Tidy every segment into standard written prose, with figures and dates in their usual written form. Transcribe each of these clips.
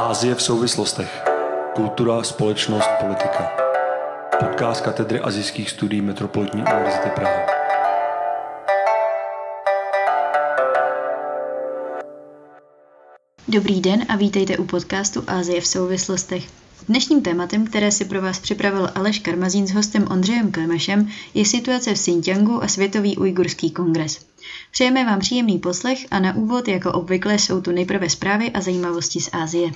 Asie v souvislostech. Kultura, společnost, politika. Podcast katedry asijských studií Metropolitní univerzity Praha. Dobrý den a vítejte u podcastu Asie v souvislostech. Dnešním tématem, které si pro vás připravil Aleš Karmazín s hostem Ondřejem Klemešem, je situace v Xinjiangu a Světový ujgurský kongres. Přejeme vám příjemný poslech a na úvod, jako obvykle, jsou tu nejprve zprávy a zajímavosti z Asie.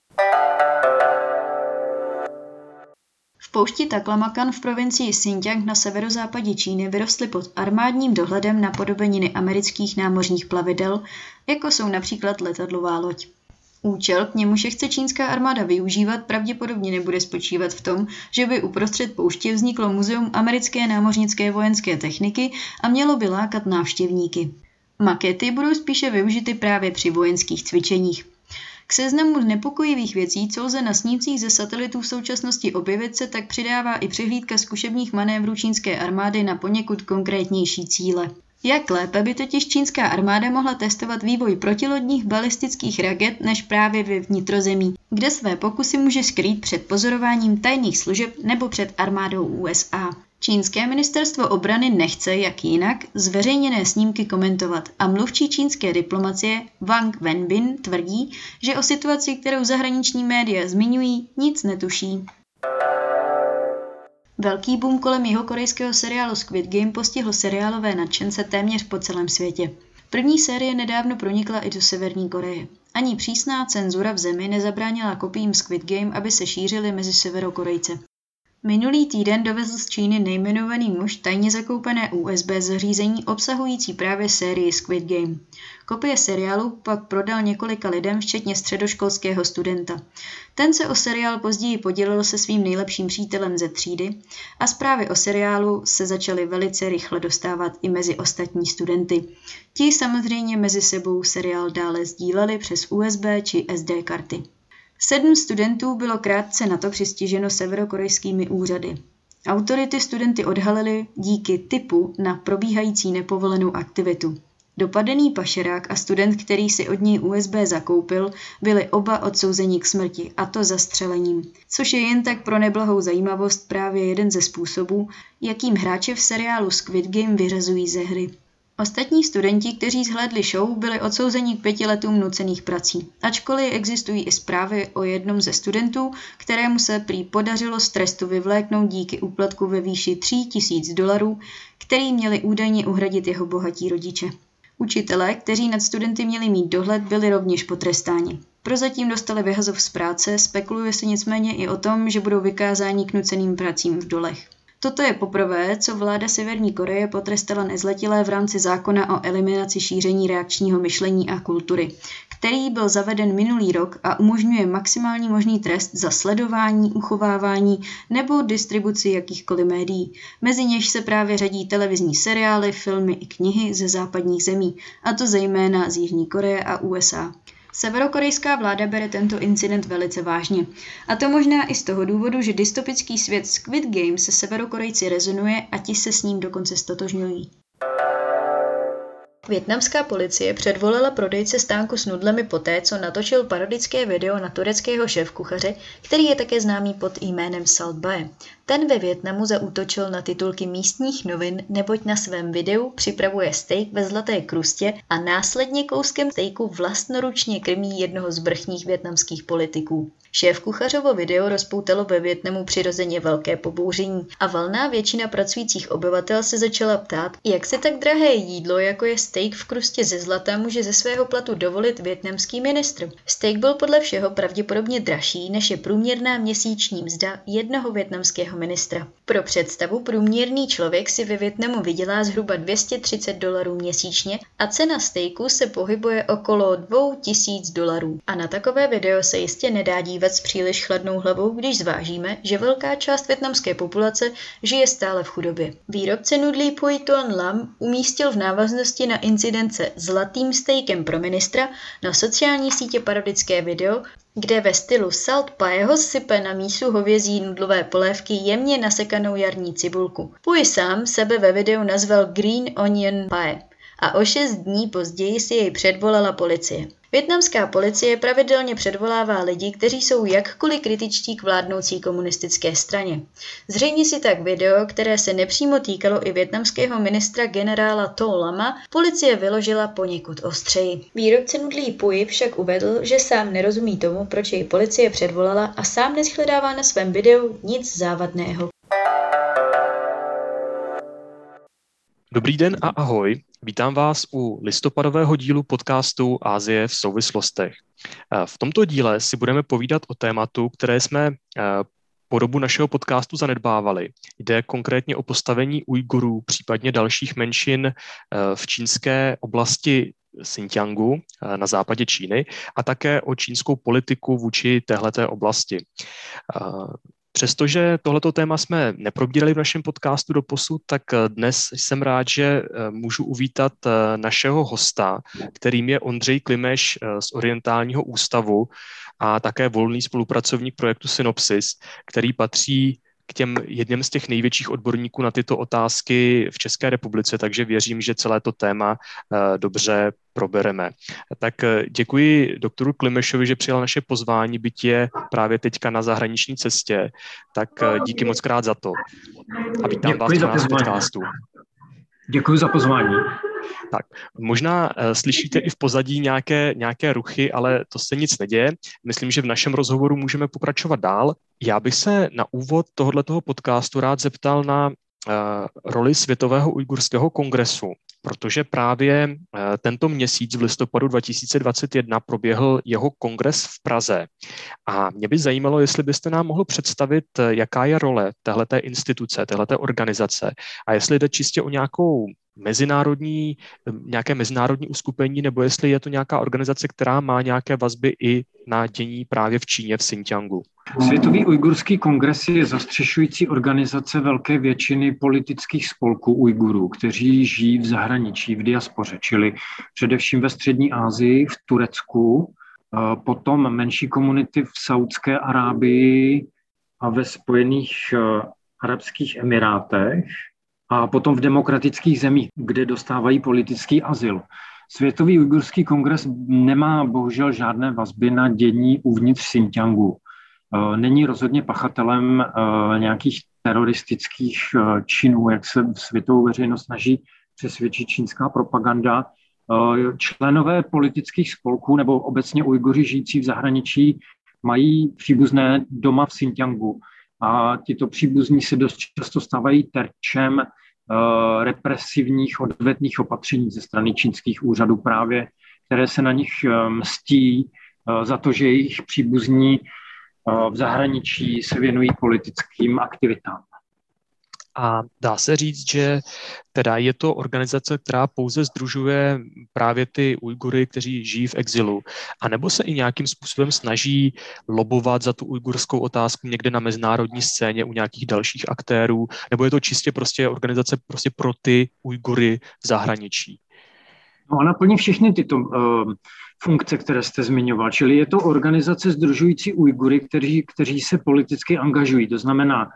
V poušti Taklamakan v provincii Xinjiang na severozápadě Číny vyrostly pod armádním dohledem napodobeniny amerických námořních plavidel, jako jsou například letadlová loď. Účel, k němuž je chce čínská armáda využívat, pravděpodobně nebude spočívat v tom, že by uprostřed pouště vzniklo muzeum americké námořnické vojenské techniky a mělo by lákat návštěvníky. Makety budou spíše využity právě při vojenských cvičeních. K seznamu nepokojivých věcí, co lze na snímcích ze satelitů v současnosti objevit, se tak přidává i přehlídka zkušebních manévrů čínské armády na poněkud konkrétnější cíle. Jak lépe by totiž čínská armáda mohla testovat vývoj protilodních balistických raket než právě ve vnitrozemí, kde své pokusy může skrýt před pozorováním tajných služeb nebo před armádou USA. Čínské ministerstvo obrany nechce, jak jinak, zveřejněné snímky komentovat a mluvčí čínské diplomacie Wang Wenbin tvrdí, že o situaci, kterou zahraniční média zmiňují, nic netuší. Velký boom kolem jihokorejského seriálu Squid Game postihl seriálové nadšence téměř po celém světě. První série nedávno pronikla i do Severní Koreje. Ani přísná cenzura v zemi nezabránila kopiím Squid Game, aby se šířily mezi Severokorejce. Minulý týden dovezl z Číny nejmenovaný muž tajně zakoupené USB zařízení obsahující právě sérii Squid Game. Kopie seriálu pak prodal několika lidem, včetně středoškolského studenta. Ten se o seriál později podělil se svým nejlepším přítelem ze třídy a zprávy o seriálu se začaly velice rychle dostávat i mezi ostatní studenty. Ti samozřejmě mezi sebou seriál dále sdíleli přes USB či SD karty. 7 studentů bylo krátce na to přistiženo severokorejskými úřady. Autority studenty odhalily díky tipu na probíhající nepovolenou aktivitu. Dopadený pašerák a student, který si od něj USB zakoupil, byli oba odsouzeni k smrti, a to zastřelením, což je jen tak pro neblahou zajímavost právě jeden ze způsobů, jakým hráče v seriálu Squid Game vyřazují ze hry. Ostatní studenti, kteří zhlédli show, byli odsouzeni k 5 letům nucených prací, ačkoliv existují i zprávy o jednom ze studentů, kterému se prý podařilo z trestu vyvléknout díky úplatku ve výši $3,000, který měli údajně uhradit jeho bohatí rodiče. Učitelé, kteří nad studenty měli mít dohled, byli rovněž potrestáni. Prozatím dostali vyhazov z práce, spekuluje se nicméně i o tom, že budou vykázáni k nuceným pracím v dolech. Toto je poprvé, co vláda Severní Koreje potrestala nezletilé v rámci zákona o eliminaci šíření reakčního myšlení a kultury, který byl zaveden minulý rok a umožňuje maximální možný trest za sledování, uchovávání nebo distribuci jakýchkoliv médií. Mezi něž se právě řadí televizní seriály, filmy i knihy ze západních zemí, a to zejména z Jižní Koreje a USA. Severokorejská vláda bere tento incident velice vážně. A to možná i z toho důvodu, že dystopický svět Squid Game se Severokorejci rezonuje a ti se s ním dokonce stotožňují. Vietnamská policie předvolala prodejce stánku s nudlemi poté, co natočil parodické video na tureckého šéfkuchaře, který je také známý pod jménem Salt Bae. Ten ve Vietnamu zaútočil na titulky místních novin, neboť na svém videu připravuje steak ve zlaté krustě a následně kouskem steaku vlastnoručně krmí jednoho z vrchních vietnamských politiků. Šéfkuchařovo video rozpoutalo ve Vietnamu přirozeně velké pobouření a valná většina pracujících obyvatel se začala ptát, jak si tak drahé jídlo, jako je steak v krustě ze zlata, může ze svého platu dovolit vietnamský ministr. Steak byl podle všeho pravděpodobně dražší, než je průměrná měsíční mzda jednoho vietnamského ministra. Pro představu, průměrný člověk si ve Vietnamu vydělá zhruba $230 měsíčně a cena steaku se pohybuje okolo $2,000. A na takové video se jistě nedá dívat s příliš chladnou hlavou, když zvážíme, že velká část vietnamské populace žije stále v chudobě. Výrobce nudlí Pui Ton Lam umístil v návaznosti na incidence zlatým stejkem pro ministra na sociální sítě parodické video, kde ve stylu Salt Paeho sype na mísu hovězí nudlové polévky jemně nasekanou jarní cibulku. Pui sám sebe ve videu nazval Green Onion Pie a o 6 dní později si jej předvolala policie. Vietnamská policie pravidelně předvolává lidi, kteří jsou jakkoliv kritičtí k vládnoucí komunistické straně. Zřejmě si tak video, které se nepřímo týkalo i vietnamského ministra generála To Lama, policie vyložila poněkud ostřeji. Výrobce nudlí Pui však uvedl, že sám nerozumí tomu, proč jej policie předvolala a sám neshledává na svém videu nic závadného. Dobrý den a ahoj, vítám vás u listopadového dílu podcastu Asie v souvislostech. V tomto díle si budeme povídat o tématu, které jsme po dobu našeho podcastu zanedbávali. Jde konkrétně o postavení Ujgurů, případně dalších menšin v čínské oblasti Xinjiangu na západě Číny a také o čínskou politiku vůči téhleté oblasti. Přestože tohleto téma jsme neprobírali v našem podcastu doposud, tak dnes jsem rád, že můžu uvítat našeho hosta, kterým je Ondřej Klimeš z Orientálního ústavu a také volný spolupracovník projektu Synopsis, který patří k jedním z těch největších odborníků na tyto otázky v České republice, takže věřím, že celé to téma dobře probereme. Tak děkuji doktoru Klimešovi, že přijal naše pozvání, byť je právě teďka na zahraniční cestě, tak díky moc krát za to. A vítám vás na nás v podcastu. Děkuji za pozvání. Tak, možná slyšíte i v pozadí nějaké ruchy, ale to se nic neděje. Myslím, že v našem rozhovoru můžeme pokračovat dál. Já bych se na úvod tohoto podcastu rád zeptal na roli Světového ujgurského kongresu, protože právě tento měsíc v listopadu 2021 proběhl jeho kongres v Praze. A mě by zajímalo, jestli byste nám mohl představit, jaká je role téhleté instituce, téhleté organizace a jestli jde čistě o nějaké mezinárodní uskupení, nebo jestli je to nějaká organizace, která má nějaké vazby i na dění právě v Číně, v Xinjiangu. Světový ujgurský kongres je zastřešující organizace velké většiny politických spolků Ujgurů, kteří žijí v zahraničí, v diaspoře, čili především ve střední Asii, v Turecku, potom menší komunity v Saúdské Arábii a ve Spojených arabských emirátech a potom v demokratických zemích, kde dostávají politický azyl. Světový ujgurský kongres nemá bohužel žádné vazby na dění uvnitř Xinjiangu. Není rozhodně pachatelem nějakých teroristických činů, jak se světovou veřejnost snaží přesvědčit čínská propaganda. Členové politických spolků nebo obecně Ujguři žijící v zahraničí mají příbuzné doma v Xinjiangu a tito příbuzní se dost často stávají terčem represivních odvetných opatření ze strany čínských úřadů právě, které se na nich mstí za to, že jejich příbuzní v zahraničí se věnují politickým aktivitám. A dá se říct, že teda je to organizace, která pouze sdružuje právě ty Ujgury, kteří žijí v exilu, anebo se i nějakým způsobem snaží lobovat za tu ujgurskou otázku někde na mezinárodní scéně u nějakých dalších aktérů, nebo je to čistě prostě organizace prostě pro ty Ujgury v zahraničí? No, ona plní všechny tyto funkce, které jste zmiňoval. Čili je to organizace sdružující Ujgury, kteří se politicky angažují. To znamená,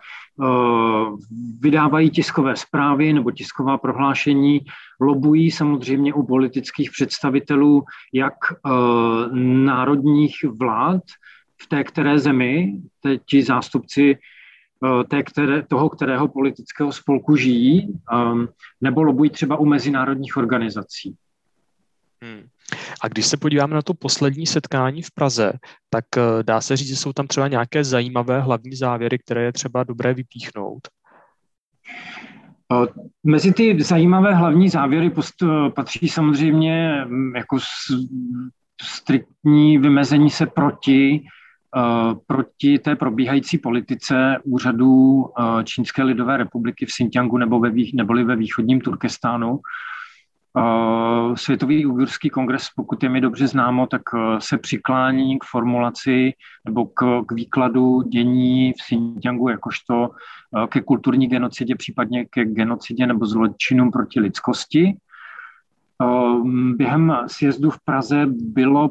vydávají tiskové zprávy nebo tisková prohlášení, lobují samozřejmě u politických představitelů jak národních vlád v té které zemi, ti zástupci toho kterého politického spolku žijí, nebo lobují třeba u mezinárodních organizací. A když se podíváme na to poslední setkání v Praze, tak dá se říct, že jsou tam třeba nějaké zajímavé hlavní závěry, které je třeba dobré vypíchnout? Mezi ty zajímavé hlavní závěry patří samozřejmě jako striktní vymezení se proti té probíhající politice úřadů Čínské lidové republiky v Xinjiangu neboli ve východním Turkestánu. Světový ujgurský kongres, pokud je mi dobře známo, tak se přiklání k formulaci nebo k výkladu dění v Xinjiangu jakožto ke kulturní genocidě, případně ke genocidě nebo zločinům proti lidskosti. Během sjezdu v Praze byl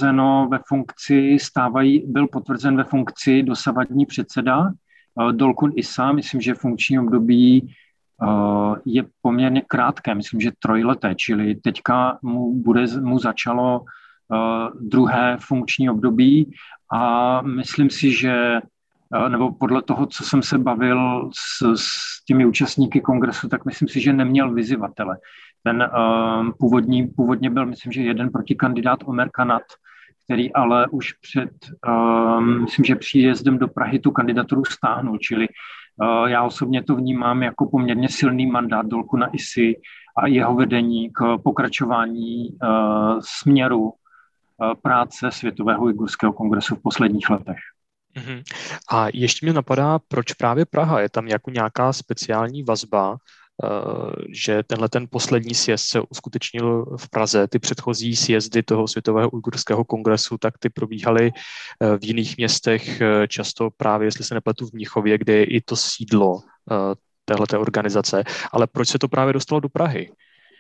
potvrzen ve funkci dosavadní předseda Dolkun Issa, myslím, že funkční období je poměrně krátké, myslím, že trojleté, čili teďka mu začalo druhé funkční období a myslím si, že nebo podle toho, co jsem se bavil s těmi účastníky kongresu, tak myslím si, že neměl vyzývatele. Ten původně byl, myslím, že jeden protikandidát Omer Kanat, který ale už před, myslím, že příjezdem do Prahy tu kandidaturu stáhnul, čili já osobně to vnímám jako poměrně silný mandát Dolku na ISI a jeho vedení k pokračování směru práce Světového ujgurského kongresu v posledních letech. Uhum. A ještě mě napadá, proč právě Praha? Je tam jako nějaká speciální vazba, že ten poslední sjezd se uskutečnil v Praze, ty předchozí sjezdy toho Světového ujgurského kongresu, tak ty probíhaly v jiných městech, často právě, jestli se nepletu, v Mnichově, kde je i to sídlo téhleté organizace. Ale proč se to právě dostalo do Prahy?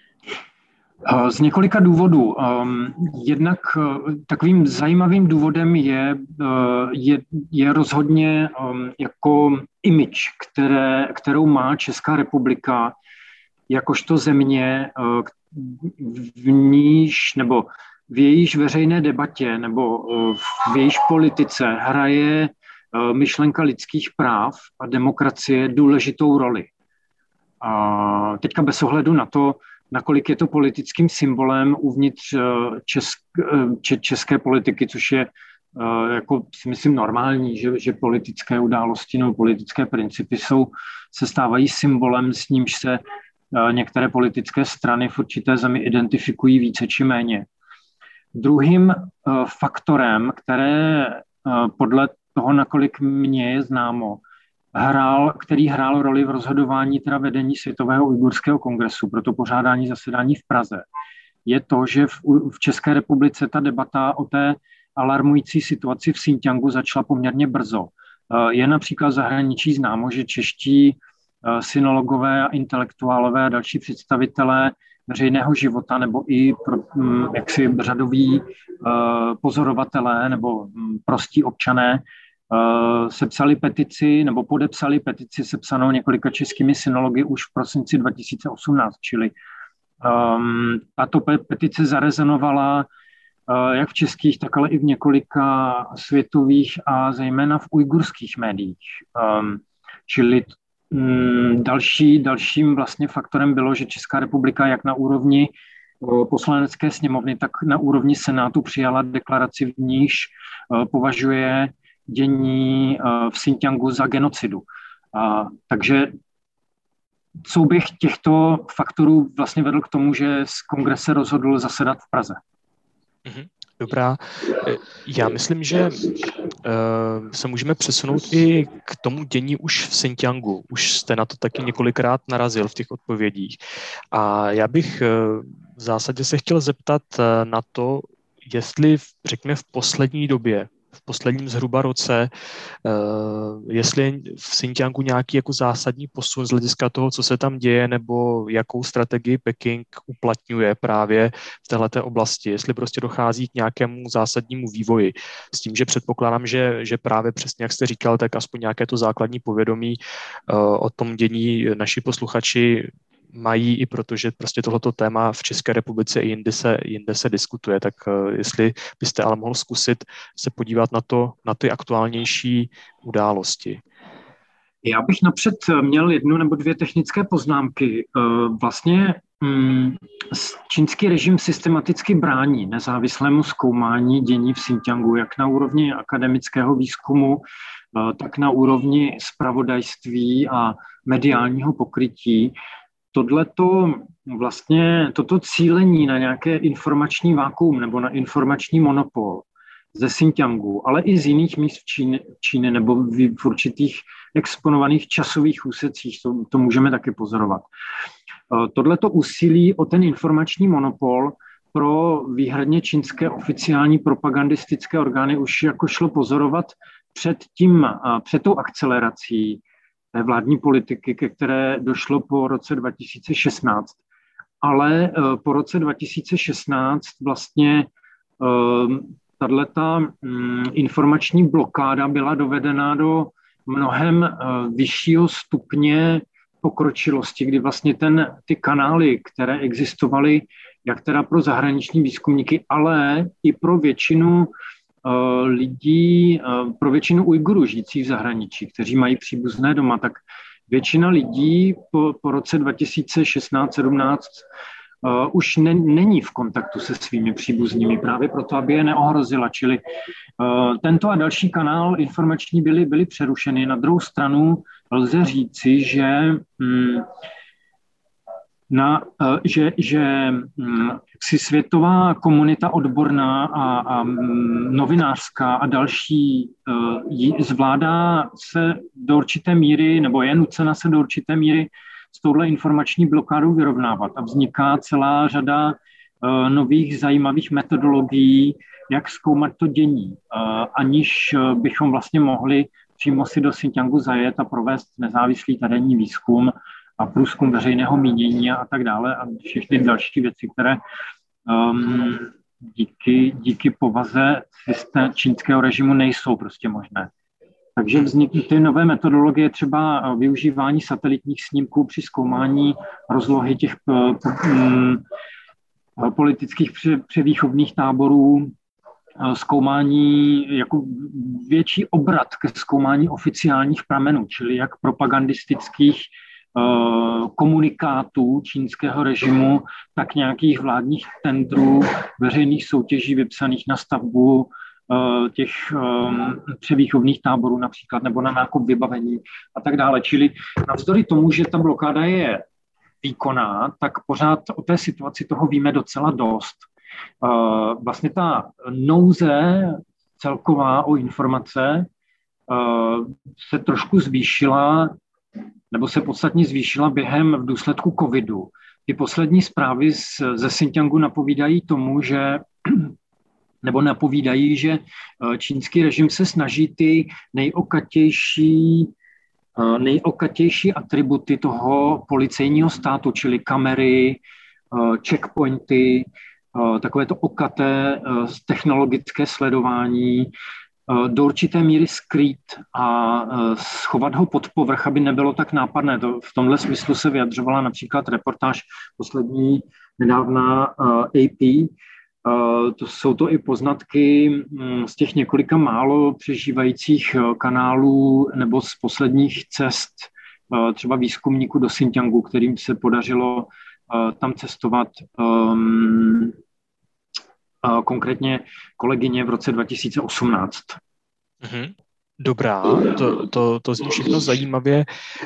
Z několika důvodů. Jednak takovým zajímavým důvodem je rozhodně jako image, kterou má Česká republika jakožto země, v níž nebo v jejíž veřejné debatě nebo v jejíž politice hraje myšlenka lidských práv a demokracie důležitou roli. A teďka bez ohledu na to, nakolik je to politickým symbolem uvnitř české politiky, což je jako si myslím normální, že politické události nebo politické principy se stávají symbolem, s nímž se některé politické strany v určité zemi identifikují více či méně. Druhým faktorem, které podle toho, nakolik mně je známo, který hrál roli v rozhodování teda vedení Světového ujgurského kongresu pro to pořádání zasedání v Praze, je to, že v České republice ta debata o té alarmující situaci v Xinjiangu začala poměrně brzo. Je například v zahraničí známo, že čeští sinologové a intelektuálové a další představitelé veřejného života nebo i jaksi řadoví pozorovatelé nebo prostí občané sepsali petici nebo podepsali petici sepsanou několika českými synology už v prosinci 2018, čili tato petice zarezonovala jak v českých, tak ale i v několika světových a zejména v ujgurských médiích. Čili dalším vlastně faktorem bylo, že Česká republika jak na úrovni poslanecké sněmovny, tak na úrovni Senátu přijala deklaraci, v níž považuje dění v Xinjiangu za genocidu. Takže souběh těchto faktorů vlastně vedl k tomu, že kongres se rozhodl zasedat v Praze. Dobrá. Já myslím, že se můžeme přesunout i k tomu dění už v Xinjiangu. Už jste na to taky několikrát narazil v těch odpovědích. A já bych v zásadě se chtěl zeptat na to, jestli, řekněme, v poslední době, v posledním zhruba roce, jestli je v Xinjiangu nějaký jako zásadní posun z hlediska toho, co se tam děje, nebo jakou strategii Peking uplatňuje právě v téhleté oblasti, jestli prostě dochází k nějakému zásadnímu vývoji. S tím, že předpokládám, že právě přesně, jak jste říkal, tak aspoň nějaké to základní povědomí o tom dění naši posluchači mají, i protože prostě tohleto téma v České republice i jinde se diskutuje, tak jestli byste ale mohl zkusit se podívat na ty aktuálnější události. Já bych napřed měl jednu nebo dvě technické poznámky. Vlastně čínský režim systematicky brání nezávislému zkoumání dění v Xinjiangu, jak na úrovni akademického výzkumu, tak na úrovni zpravodajství a mediálního pokrytí. Toto cílení na nějaké informační vákuum nebo na informační monopol ze Xinjiangu, ale i z jiných míst v Číně nebo v určitých exponovaných časových úsecích, to můžeme taky pozorovat. Tohleto úsilí o ten informační monopol pro výhradně čínské oficiální propagandistické orgány už jako šlo pozorovat před tou akcelerací té vládní politiky, ke které došlo po roce 2016. Ale po roce 2016 vlastně tato informační blokáda byla dovedena do mnohem vyššího stupně pokročilosti, kdy vlastně ty kanály, které existovaly, jak teda pro zahraniční výzkumníky, ale i pro většinu lidí, pro většinu Ujgurů žijících v zahraničí, kteří mají příbuzné doma, tak většina lidí po roce 2016-17 už není v kontaktu se svými příbuznými, právě proto, aby je neohrozila. Čili tento a další kanál informační byly přerušeny. Na druhou stranu lze říci, že si světová komunita odborná a novinářská a další zvládá se do určité míry, nebo je nucena se do určité míry s touhle informační blokádou vyrovnávat. A vzniká celá řada nových zajímavých metodologií, jak zkoumat to dění, aniž bychom vlastně mohli přímo si do Xinjiangu zajet a provést nezávislý terénní výzkum a průzkum veřejného mínění a tak dále a všechny další věci, které díky povaze čínského režimu nejsou prostě možné. Takže vznikly ty nové metodologie, třeba využívání satelitních snímků při zkoumání rozlohy těch politických převýchovných táborů, zkoumání, jako větší obrat ke zkoumání oficiálních pramenů, čili jak propagandistických komunikátů čínského režimu, tak nějakých vládních tendrů, veřejných soutěží vypsaných na stavbu těch převýchovných táborů například, nebo na nákup vybavení a tak dále. Čili navzdory tomu, že ta blokáda je výkonná, tak pořád o té situaci toho víme docela dost. Vlastně ta nouze celková o informace se trošku zvýšila, nebo se podstatně zvýšila v důsledku covidu. Ty poslední zprávy ze Xinjiangu napovídají tomu, že čínský režim se snaží ty nejokatější atributy toho policejního státu, čili kamery, checkpointy, takové to okaté technologické sledování, do určité míry skrýt a schovat ho pod povrch, aby nebylo tak nápadné. V tomhle smyslu se vyjadřovala například reportáž poslední nedávná AP. Jsou to i poznatky z těch několika málo přežívajících kanálů nebo z posledních cest třeba výzkumníků do Xinjiangu, kterým se podařilo tam cestovat. Konkrétně kolegyně v roce 2018. Dobrá, to zní všechno zajímavě.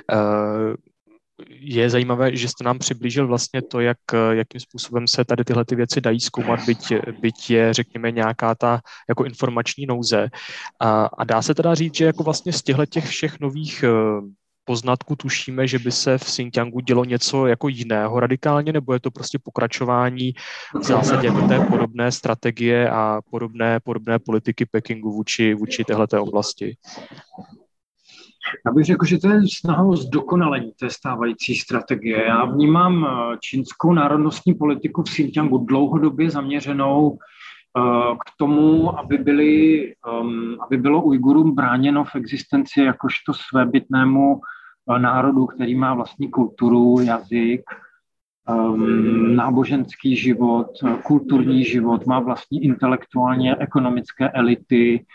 Je zajímavé, že jste nám přiblížil vlastně to, jakým způsobem se tady tyhle ty věci dají zkoumat, byť je, řekněme, nějaká ta jako informační nouze. A dá se teda říct, že jako vlastně z těch všech nových poznatku tušíme, že by se v Xinjiangu dělo něco jako jiného radikálně, nebo je to prostě pokračování v zásadě jako té podobné strategie a podobné politiky Pekingu vůči téhleté oblasti? Já bych řekl, že to je snaha o zdokonalení té stávající strategie. Já vnímám čínskou národnostní politiku v Xinjiangu dlouhodobě zaměřenou k tomu, aby bylo Ujgurům bráněno v existenci jakožto svébytnému národu, který má vlastní kulturu, jazyk, náboženský život, kulturní život, má vlastní intelektuální a ekonomické elity,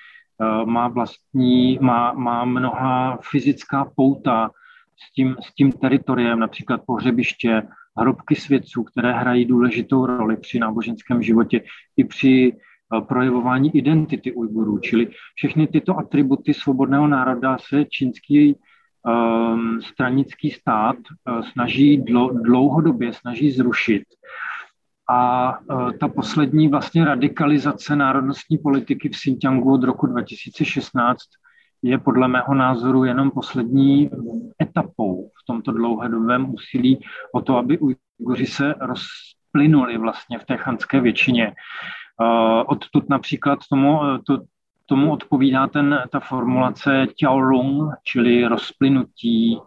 má mnoha fyzická pouta s tím teritoriem, například pohřebiště, hrobky svědců, které hrají důležitou roli při náboženském životě i při projevování identity Ujgurů. Čili všechny tyto atributy svobodného národa se čínský stranický stát dlouhodobě snaží zrušit. A ta poslední vlastně radikalizace národnostní politiky v Xinjiangu od roku 2016 je podle mého názoru jenom poslední etapou v tomto dlouhodobém úsilí o to, aby Ujguři se rozplynuli vlastně v té chanské většině. Odtud například tomu odpovídá ta formulace Tiaorong, čili rozplynutí.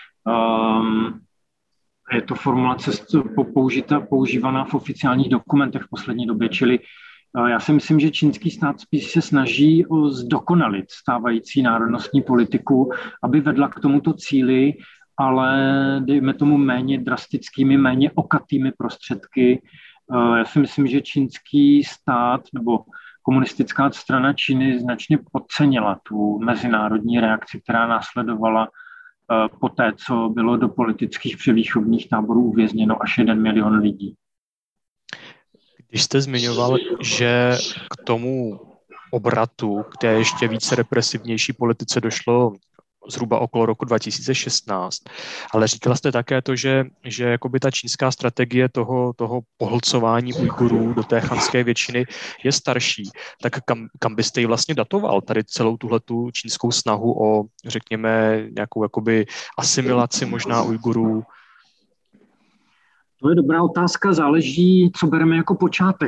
Je to formulace používaná v oficiálních dokumentech v poslední době, čili já si myslím, že čínský stát spíš se snaží zdokonalit stávající národnostní politiku, aby vedla k tomuto cíli ale dejme tomu méně drastickými, méně okatými prostředky. Já si myslím, že čínský stát nebo komunistická strana Číny značně podcenila tu mezinárodní reakci, která následovala po té, co bylo do politických převýchovných táborů uvězněno až 1 milion lidí. Když jste zmiňoval, že k tomu obratu, k té ještě více represivnější politice došlo zhruba okolo roku 2016, ale říkala jste také to, že jakoby ta čínská strategie toho pohlcování Ujgurů do té chanské většiny je starší, tak kam byste ji vlastně datoval, tady celou tuhletu čínskou snahu o, řekněme, nějakou jakoby asimilaci možná Ujgurů? To je dobrá otázka, záleží, co bereme jako počátek.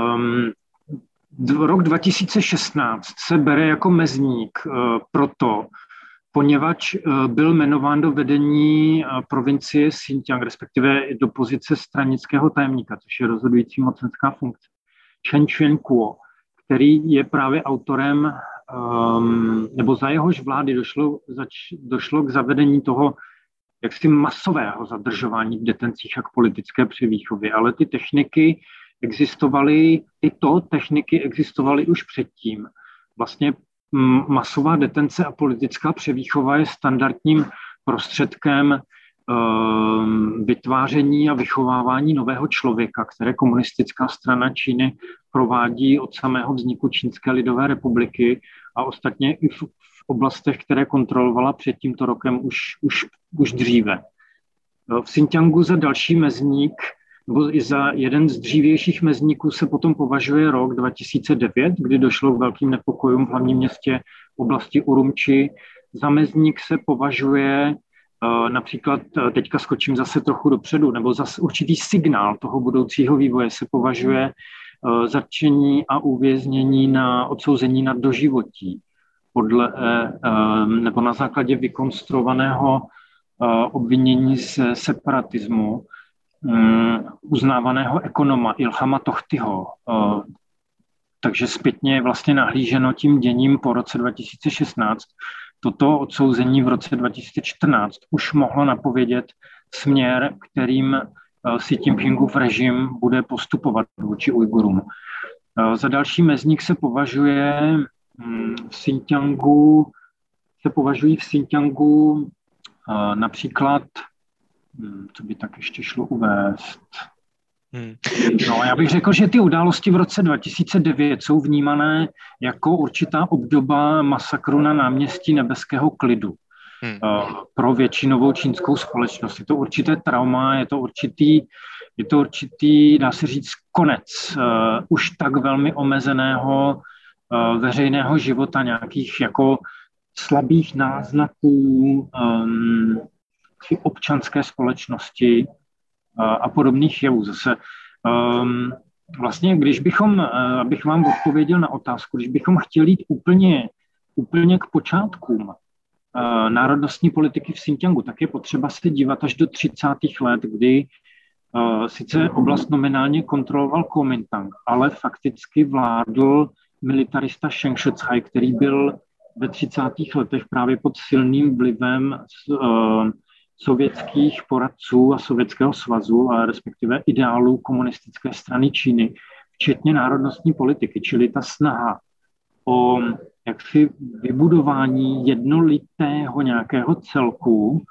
Rok 2016 se bere jako mezník poněvadž byl jmenován do vedení provincie Xinjiang, respektive do pozice stranického tajemníka, což je rozhodující mocenská funkce, Chen Quanguo, který je právě autorem, nebo za jehož vlády došlo k zavedení toho jaksi masového zadržování v detencích a k politické převýchově, ale ty techniky existovaly už předtím. Vlastně masová detence a politická převýchova je standardním prostředkem vytváření a vychovávání nového člověka, které komunistická strana Číny provádí od samého vzniku Čínské lidové republiky a ostatně i v oblastech, které kontrolovala před tímto rokem už dříve. V Xinjiangu za další mezník, nebo i za jeden z dřívějších mezníků se potom považuje rok 2009, kdy došlo k velkým nepokojům v hlavním městě oblasti Urumči. Za mezník se považuje například, teďka skočím zase trochu dopředu, nebo zase určitý signál toho budoucího vývoje se považuje zatčení a uvěznění na odsouzení na doživotí nebo na základě vykonstruovaného obvinění z separatismu uznávaného ekonoma Ilhama Tochtyho. Takže zpětně je vlastně nahlíženo tím děním po roce 2016. Toto odsouzení v roce 2014 už mohlo napovědět směr, kterým Xi Jinpingův režim bude postupovat vůči Ujgurům. Za další mezník se považují v Xinjiangu například, co by tak ještě šlo uvést. No, já bych řekl, že ty události v roce 2009 jsou vnímané jako určitá obdoba masakru na náměstí Nebeského klidu pro většinovou čínskou společnost. Je to určité trauma, je to určitý, dá se říct, konec už tak velmi omezeného veřejného života, nějakých jako slabých náznaků občanské společnosti a podobných jevů. Zase vlastně, abych vám odpověděl na otázku, když bychom chtěli jít úplně k počátkům národnostní politiky v Xinjiangu, tak je potřeba se dívat až do 30. let, kdy sice oblast nominálně kontroloval Kuomintang, ale fakticky vládl militarista Chiang Kai-shek, který byl ve 30. letech právě pod silným vlivem sovětských poradců a Sovětského svazu, a respektive ideálů komunistické strany Číny, včetně národnostní politiky, čili ta snaha o jaksi vybudování jednolitého nějakého celku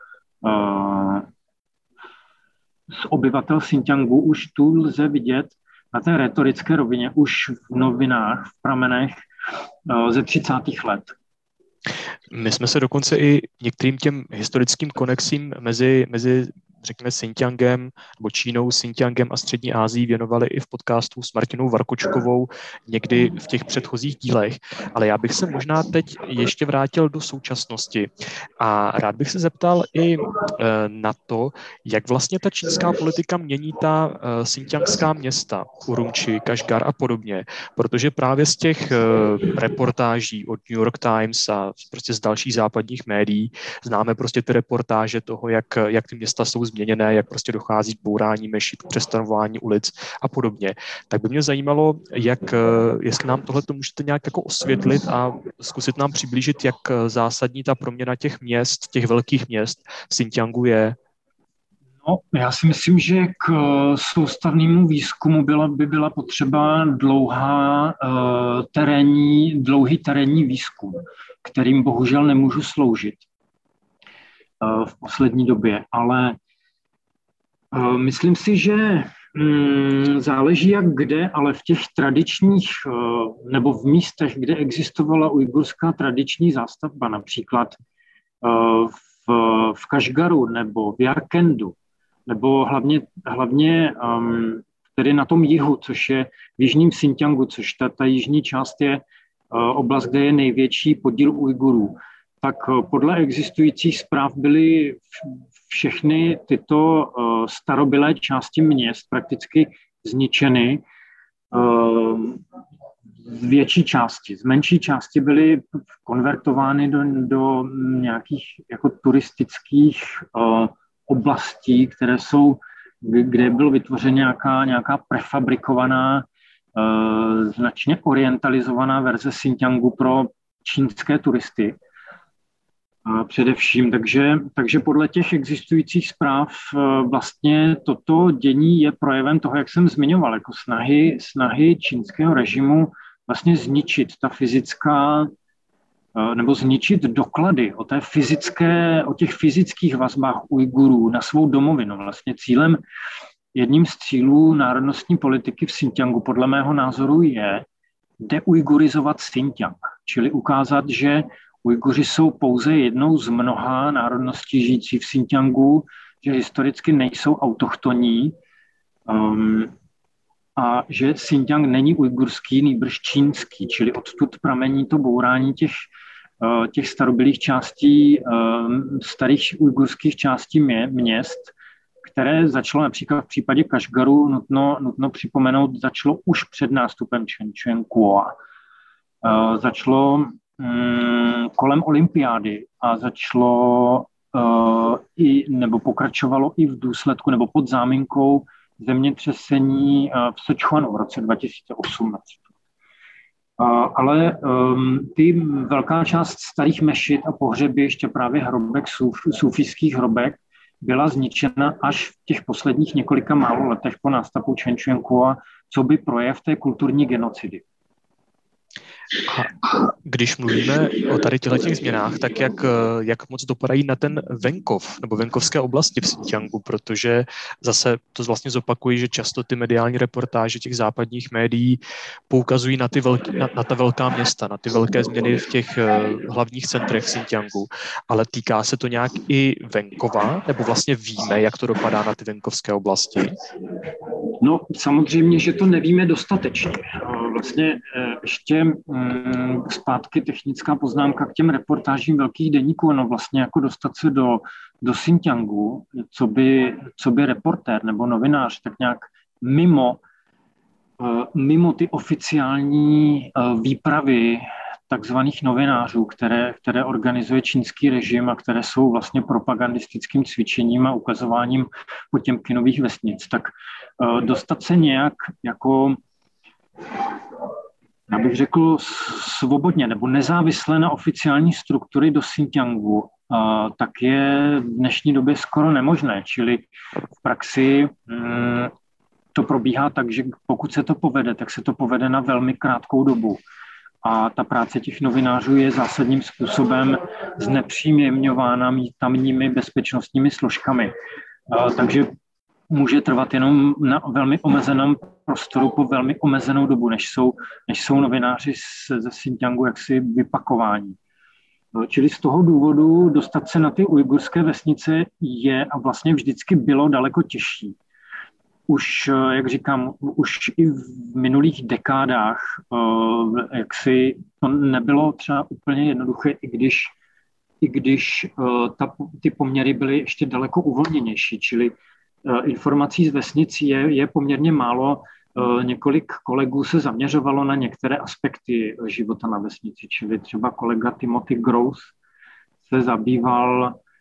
z obyvatel Xinjiangu už tu lze vidět na té retorické rovině už v novinách, v pramenech ze 30. let. My jsme se dokonce i některým těm historickým konexím mezi řekněme Xinjiangem nebo Čínou, Xinjiangem a Střední Asií věnovali i v podcastu s Martinou Varkočkovou někdy v těch předchozích dílech, ale já bych se možná teď ještě vrátil do současnosti a rád bych se zeptal i na to, jak vlastně ta čínská politika mění ta xinjiangská města, Urumči, Kašgar a podobně, protože právě z těch reportáží od New York Times a prostě z dalších západních médií známe prostě ty reportáže toho, jak ty města jsou změněné, jak prostě dochází k bourání mešit, k přestanování ulic a podobně. Tak by mě zajímalo, jestli nám tohle to můžete nějak jako osvětlit a zkusit nám přiblížit, jak zásadní ta proměna těch měst, těch velkých měst v Xinjiangu je. No, já si myslím, že k soustavnému výzkumu by byla potřeba dlouhý terénní výzkum, kterým bohužel nemůžu sloužit v poslední době, ale myslím si, že záleží jak kde, ale v těch tradičních nebo v místech, kde existovala ujgurská tradiční zástavba, například v Kašgaru nebo v Jarkendu, nebo hlavně tedy na tom jihu, což je v jižním Xinjiangu, což ta jižní část je oblast, kde je největší podíl Ujgurů, tak podle existujících zpráv byly všechny tyto starobylé části měst prakticky zničeny z větší části. Z menší části byly konvertovány do nějakých jako turistických oblastí, které jsou, kde byl vytvořen nějaká prefabrikovaná, značně orientalizovaná verze Xinjiangu pro čínské turisty. Především, takže podle těch existujících zpráv vlastně toto dění je projevem toho, jak jsem zmiňoval, jako snahy čínského režimu vlastně zničit ta fyzická, nebo zničit doklady o těch fyzických vazbách Ujgurů na svou domovinu. Vlastně jedním z cílů národnostní politiky v Xinjiangu podle mého názoru je deujgurizovat Xinjiang, čili ukázat, že Ujguři jsou pouze jednou z mnoha národností žijící v Xinjiangu, že historicky nejsou autochtonní a že Xinjiang není ujgurský, nýbrž čínský, čili odtud pramení to bourání těch starobylých částí, starých ujgurských částí měst, které začalo například v případě Kašgaru, nutno připomenout, začalo už před nástupem Chen Quanguo. Začalo kolem olympiády a nebo pokračovalo i v důsledku nebo pod záminkou zemětřesení v Sichuanu v roce 2018. Ale ty velká část starých mešit a pohřebišť a právě hrobek, sufijských hrobek, byla zničena až v těch posledních několika málo letech po nástupu Chen Quanguo, co by projev té kulturní genocidy. A když mluvíme o tady těch změnách, tak jak moc dopadají na ten venkov nebo venkovské oblasti v Xinjiangu, protože zase to vlastně zopakuji, že často ty mediální reportáže těch západních médií poukazují na ta velká města, na ty velké změny v těch hlavních centrech Xinjiangu, ale týká se to nějak i venkova, nebo vlastně víme, jak to dopadá na ty venkovské oblasti? No, samozřejmě, že to nevíme dostatečně. Vlastně ještě zpátky technická poznámka k těm reportážím velkých deníků, no vlastně jako dostat se do Xinjiangu, co by reportér nebo novinář, tak nějak mimo ty oficiální výpravy takzvaných novinářů, které organizuje čínský režim a které jsou vlastně propagandistickým cvičením a ukazováním Potěmkinových vesnic, tak dostat se nějak jako, já bych řekl, svobodně nebo nezávisle na oficiální struktury do Xinjiangu, tak je v dnešní době skoro nemožné. Čili v praxi to probíhá tak, že pokud se to povede, tak se to povede na velmi krátkou dobu. A ta práce těch novinářů je zásadním způsobem znepříjemňována tamními bezpečnostními složkami. Takže může trvat jenom na velmi omezeném prostoru po velmi omezenou dobu, než jsou novináři ze Xinjiangu jaksi vypakováni. Čili z toho důvodu dostat se na ty ujgurské vesnice je a vlastně vždycky bylo daleko těžší. Už, jak říkám, už i v minulých dekádách jaksi to nebylo třeba úplně jednoduché, i když ty poměry byly ještě daleko uvolněnější, čili informací z vesnic je poměrně málo. Několik kolegů se zaměřovalo na některé aspekty života na vesnici, čili třeba kolega Timothy Gross se zabýval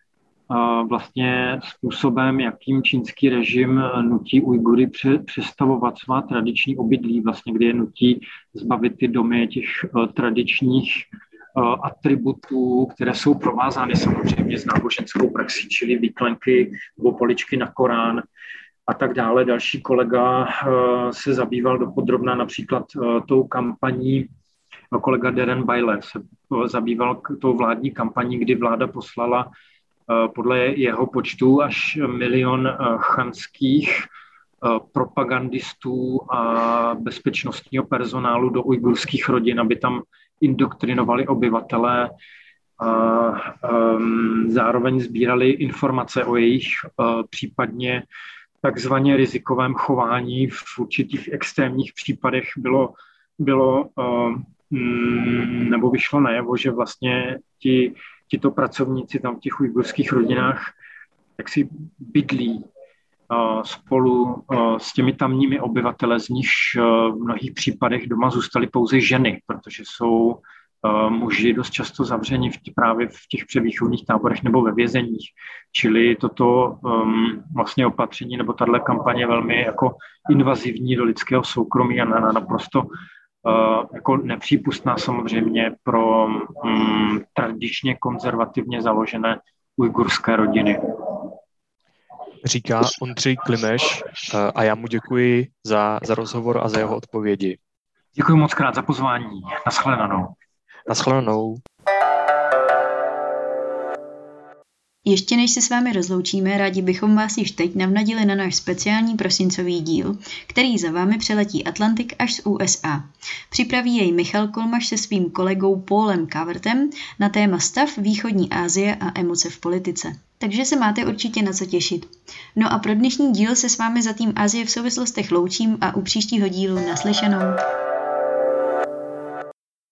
vlastně způsobem, jakým čínský režim nutí Ujgury přestavovat svá tradiční obydlí, vlastně kde je nutí zbavit ty domy těch tradičních atributů, které jsou provázány samozřejmě s náboženskou praxí, čili výklenky nebo poličky na Korán a tak dále. Další kolega se zabýval dopodrobna například tou kampaní, kolega Darren Byler se zabýval tou vládní kampaní, kdy vláda poslala podle jeho počtu až 1 milion chanských propagandistů a bezpečnostního personálu do ujgurských rodin, aby tam indoktrinovali obyvatele a zároveň sbírali informace o jejich případně takzvaně rizikovém chování. V určitých extrémních případech bylo nebo vyšlo najevo, že vlastně tito pracovníci tam v těch ujgurských rodinách tak si bydlí spolu s těmi tamními obyvateli, z nichž v mnohých případech doma zůstaly pouze ženy, protože jsou muži dost často zavřeni právě v těch převýchovných táborech nebo ve vězeních. Čili toto vlastně opatření nebo tato kampaně je velmi jako invazivní do lidského soukromí a naprosto jako nepřípustná samozřejmě pro tradičně konzervativně založené ujgurské rodiny. Říká Ondřej Klimeš a já mu děkuji za rozhovor a za jeho odpovědi. Děkuji moc krát za pozvání. Naschledanou. Naschledanou. Ještě než se s vámi rozloučíme, rádi bychom vás již teď navnadili na náš speciální prosincový díl, který za vámi přeletí Atlantik až z USA. Připraví jej Michal Kolmaš se svým kolegou Paulem Kavertem na téma stav východní Asie a emoce v politice. Takže se máte určitě na co těšit. No a pro dnešní díl se s vámi za tým Asie v souvislostech loučím a u příštího dílu naslyšenou.